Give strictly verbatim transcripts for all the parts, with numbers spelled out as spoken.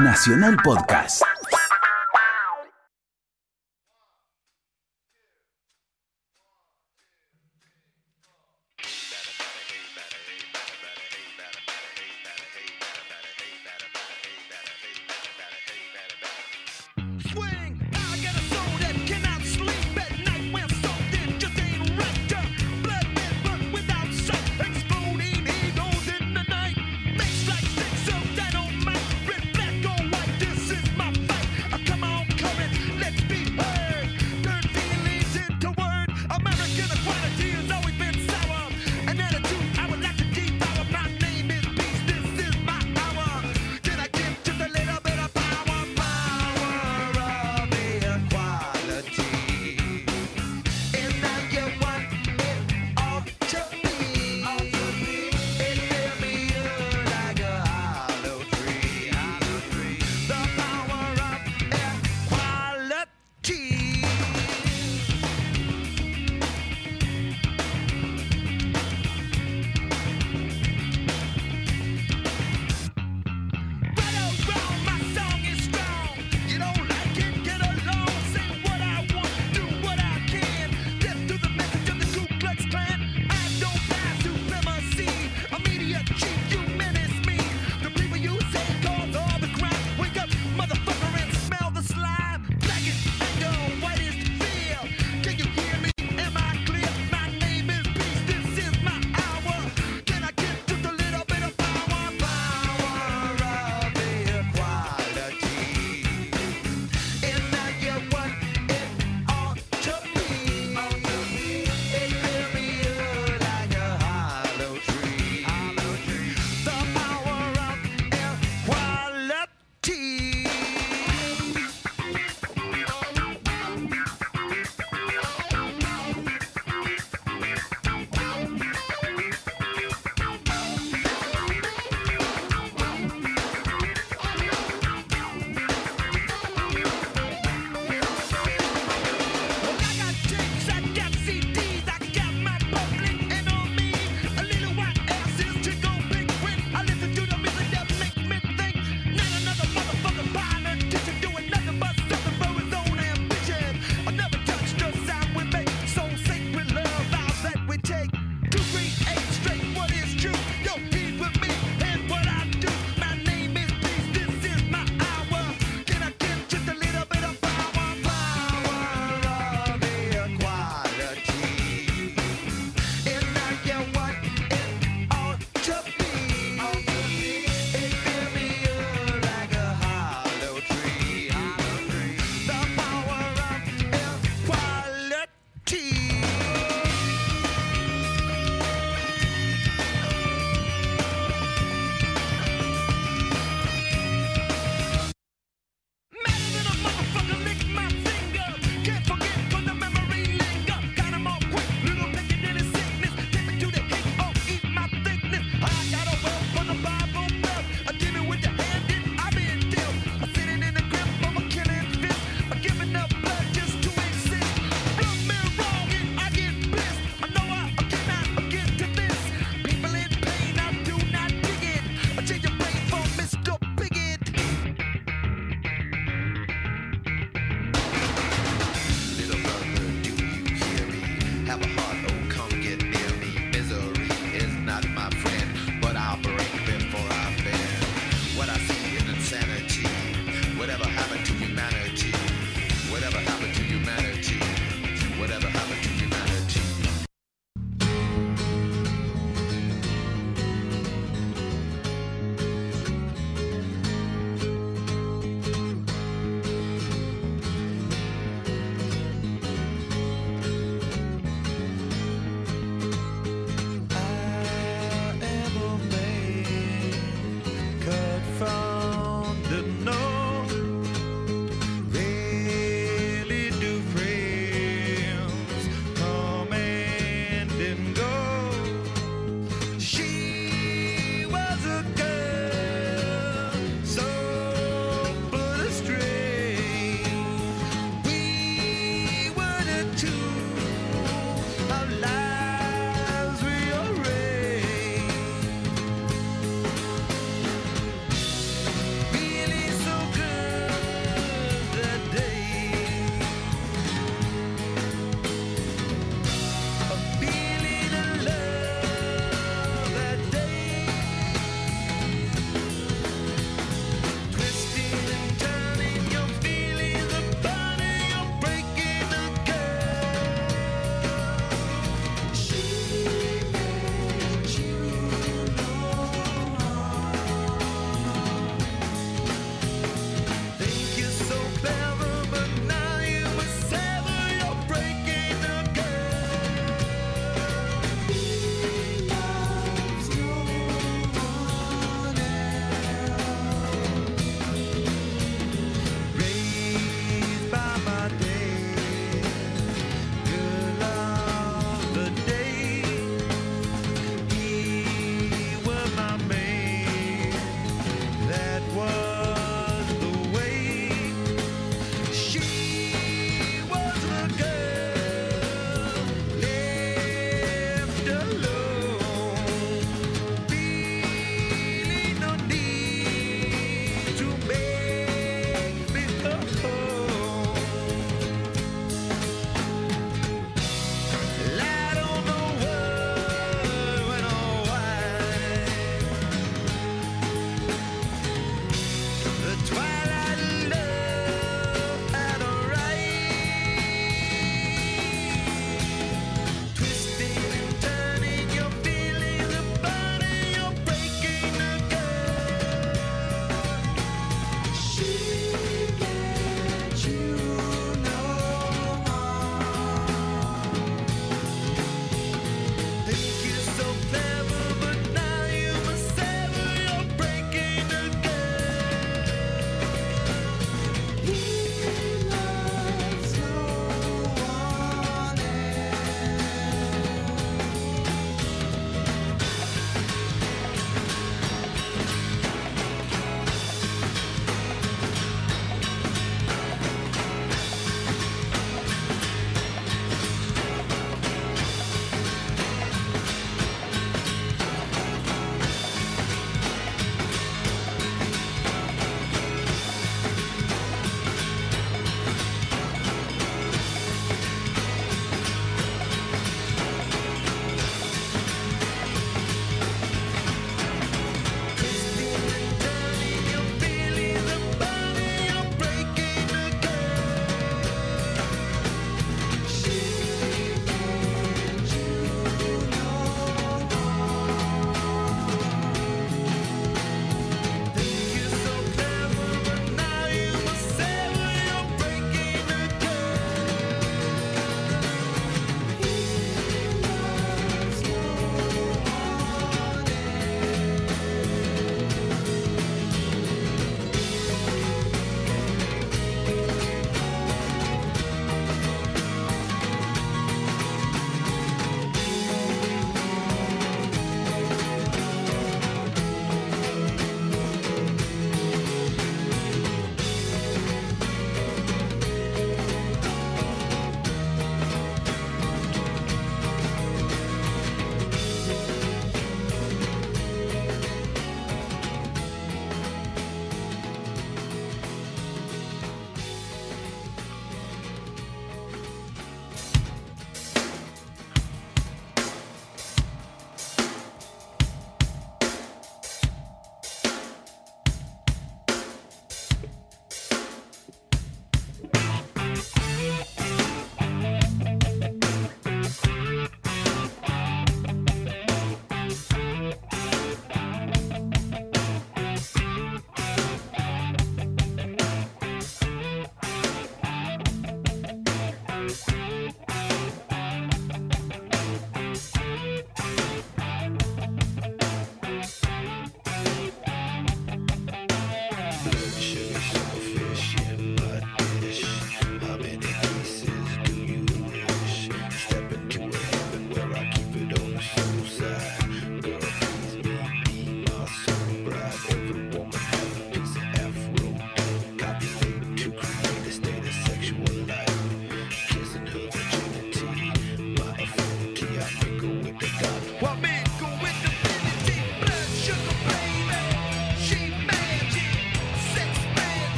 Nacional Podcast. Makes like sticks of dynamite, red, black, or white. This is my fight.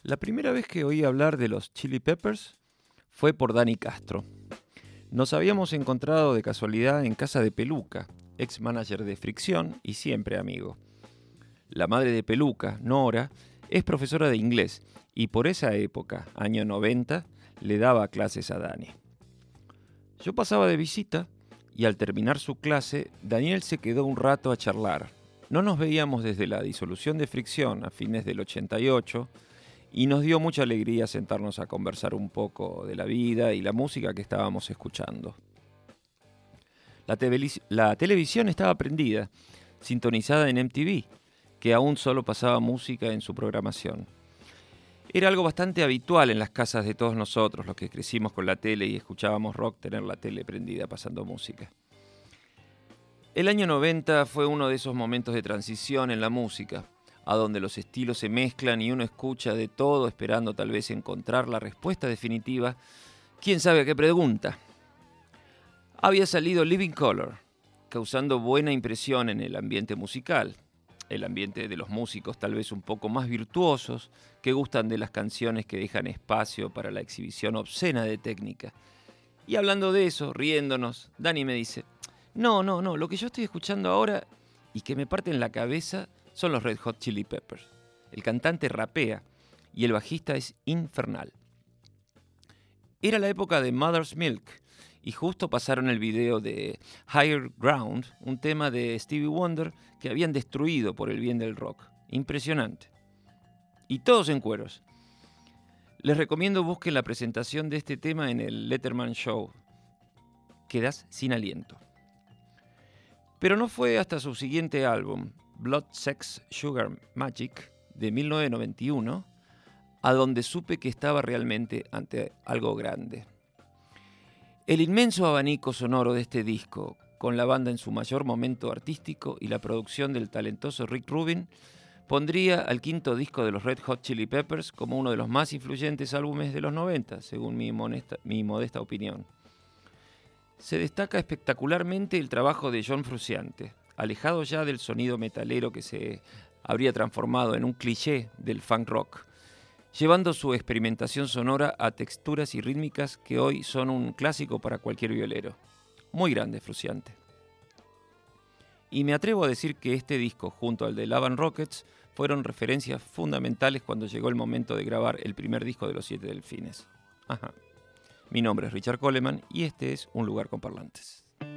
La primera vez que oí hablar de los Chili Peppers fue por Dani Castro. Nos habíamos encontrado de casualidad en casa de Peluca, ex manager de Fricción y siempre amigo. La madre de Peluca, Nora, es profesora de inglés y por esa época, año noventa, le daba clases a Dani. Yo pasaba de visita y al terminar su clase, Daniel se quedó un rato a charlar. No nos veíamos desde la disolución de Fricción a fines del ochenta y ocho y nos dio mucha alegría sentarnos a conversar un poco de la vida y la música que estábamos escuchando. La, televis- la televisión estaba prendida, sintonizada en M T V, que aún solo pasaba música en su programación. Era algo bastante habitual en las casas de todos nosotros, los que crecimos con la tele y escuchábamos rock, tener la tele prendida pasando música. El año noventa fue uno de esos momentos de transición en la música, a donde los estilos se mezclan y uno escucha de todo esperando tal vez encontrar la respuesta definitiva. ¿Quién sabe a qué pregunta? Había salido Living Colour, causando buena impresión en el ambiente musical. El ambiente de los músicos tal vez un poco más virtuosos, que gustan de las canciones que dejan espacio para la exhibición obscena de técnica. Y hablando de eso, riéndonos, Dani me dice, no, no, no, lo que yo estoy escuchando ahora y que me parte en la cabeza son los Red Hot Chili Peppers. El cantante rapea y el bajista es infernal. Era la época de Mother's Milk y justo pasaron el video de Higher Ground, un tema de Stevie Wonder que habían destruido por el bien del rock. Impresionante. Y todos en cueros. Les recomiendo busquen la presentación de este tema en el Letterman Show. Quedás sin aliento. Pero no fue hasta su siguiente álbum, Blood, Sex, Sugar, Magic, de mil novecientos noventa y uno, a donde supe que estaba realmente ante algo grande. El inmenso abanico sonoro de este disco, con la banda en su mayor momento artístico y la producción del talentoso Rick Rubin, pondría al quinto disco de los Red Hot Chili Peppers como uno de los más influyentes álbumes de los noventa, según mi, monesta, mi modesta opinión. Se destaca espectacularmente el trabajo de John Frusciante, alejado ya del sonido metalero que se habría transformado en un cliché del funk rock, llevando su experimentación sonora a texturas y rítmicas que hoy son un clásico para cualquier violero. Muy grande, Frusciante. Y me atrevo a decir que este disco, junto al de Love and Rockets, fueron referencias fundamentales cuando llegó el momento de grabar el primer disco de los Siete Delfines. Ajá. Mi nombre es Richard Coleman y este es Un Lugar con Parlantes.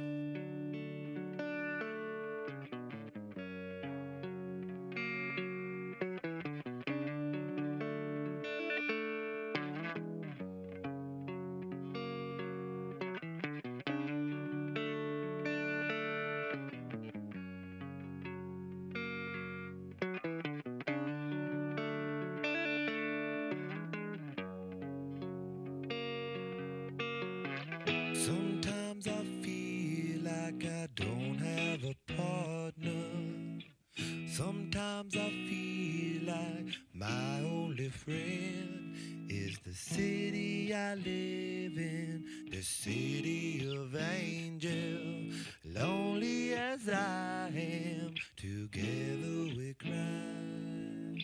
Sometimes I feel like I don't have a partner. Sometimes I feel like my only friend is the city I live in, the city of angels. Lonely as I am, together we cry.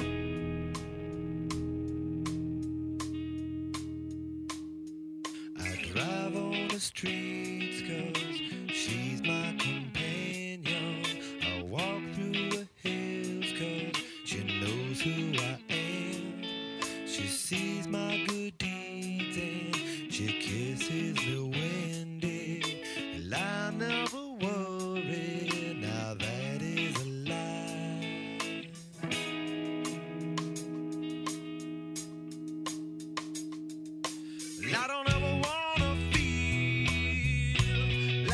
Drive on the streets cause she's my companion. I walk through the hills cause she knows who I am. She sees my good deeds and she kisses me windy. And I never worry, now that is a lie. And I don't ever want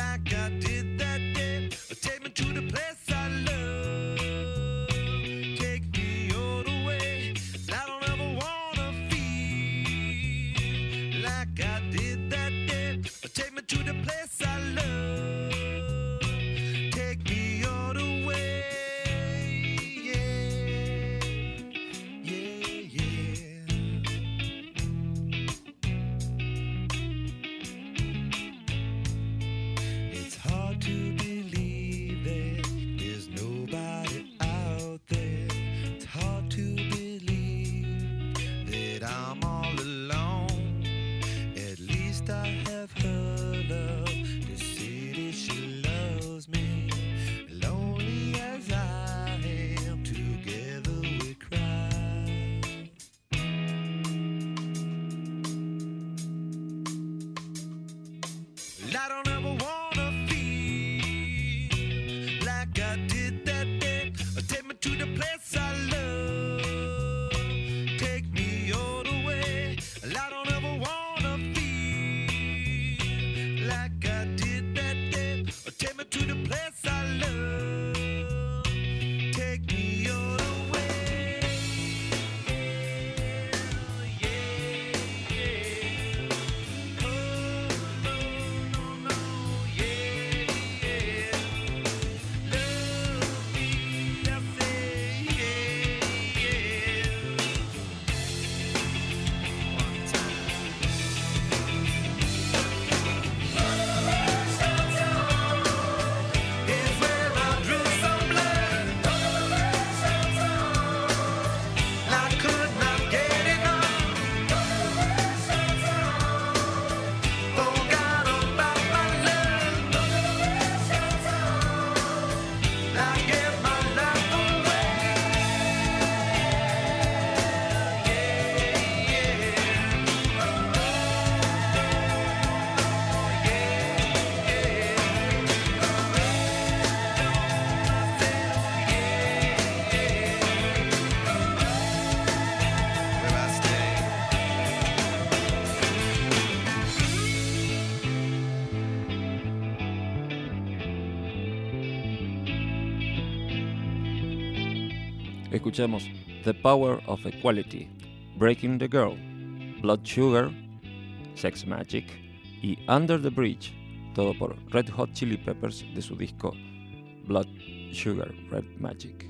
escuchamos The Power of Equality, Breaking the Girl, Blood Sugar, Sex Magic y Under the Bridge, todo por Red Hot Chili Peppers de su disco Blood Sugar Red Magic.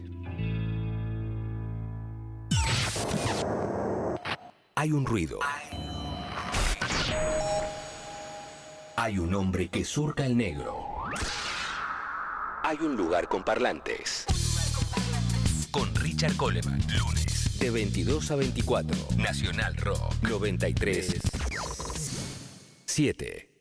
Hay un ruido. Hay un hombre que surca el negro. Hay un lugar con parlantes. Con Richard Coleman, lunes de veintidós a veinticuatro. Nacional Rock noventa y tres punto siete.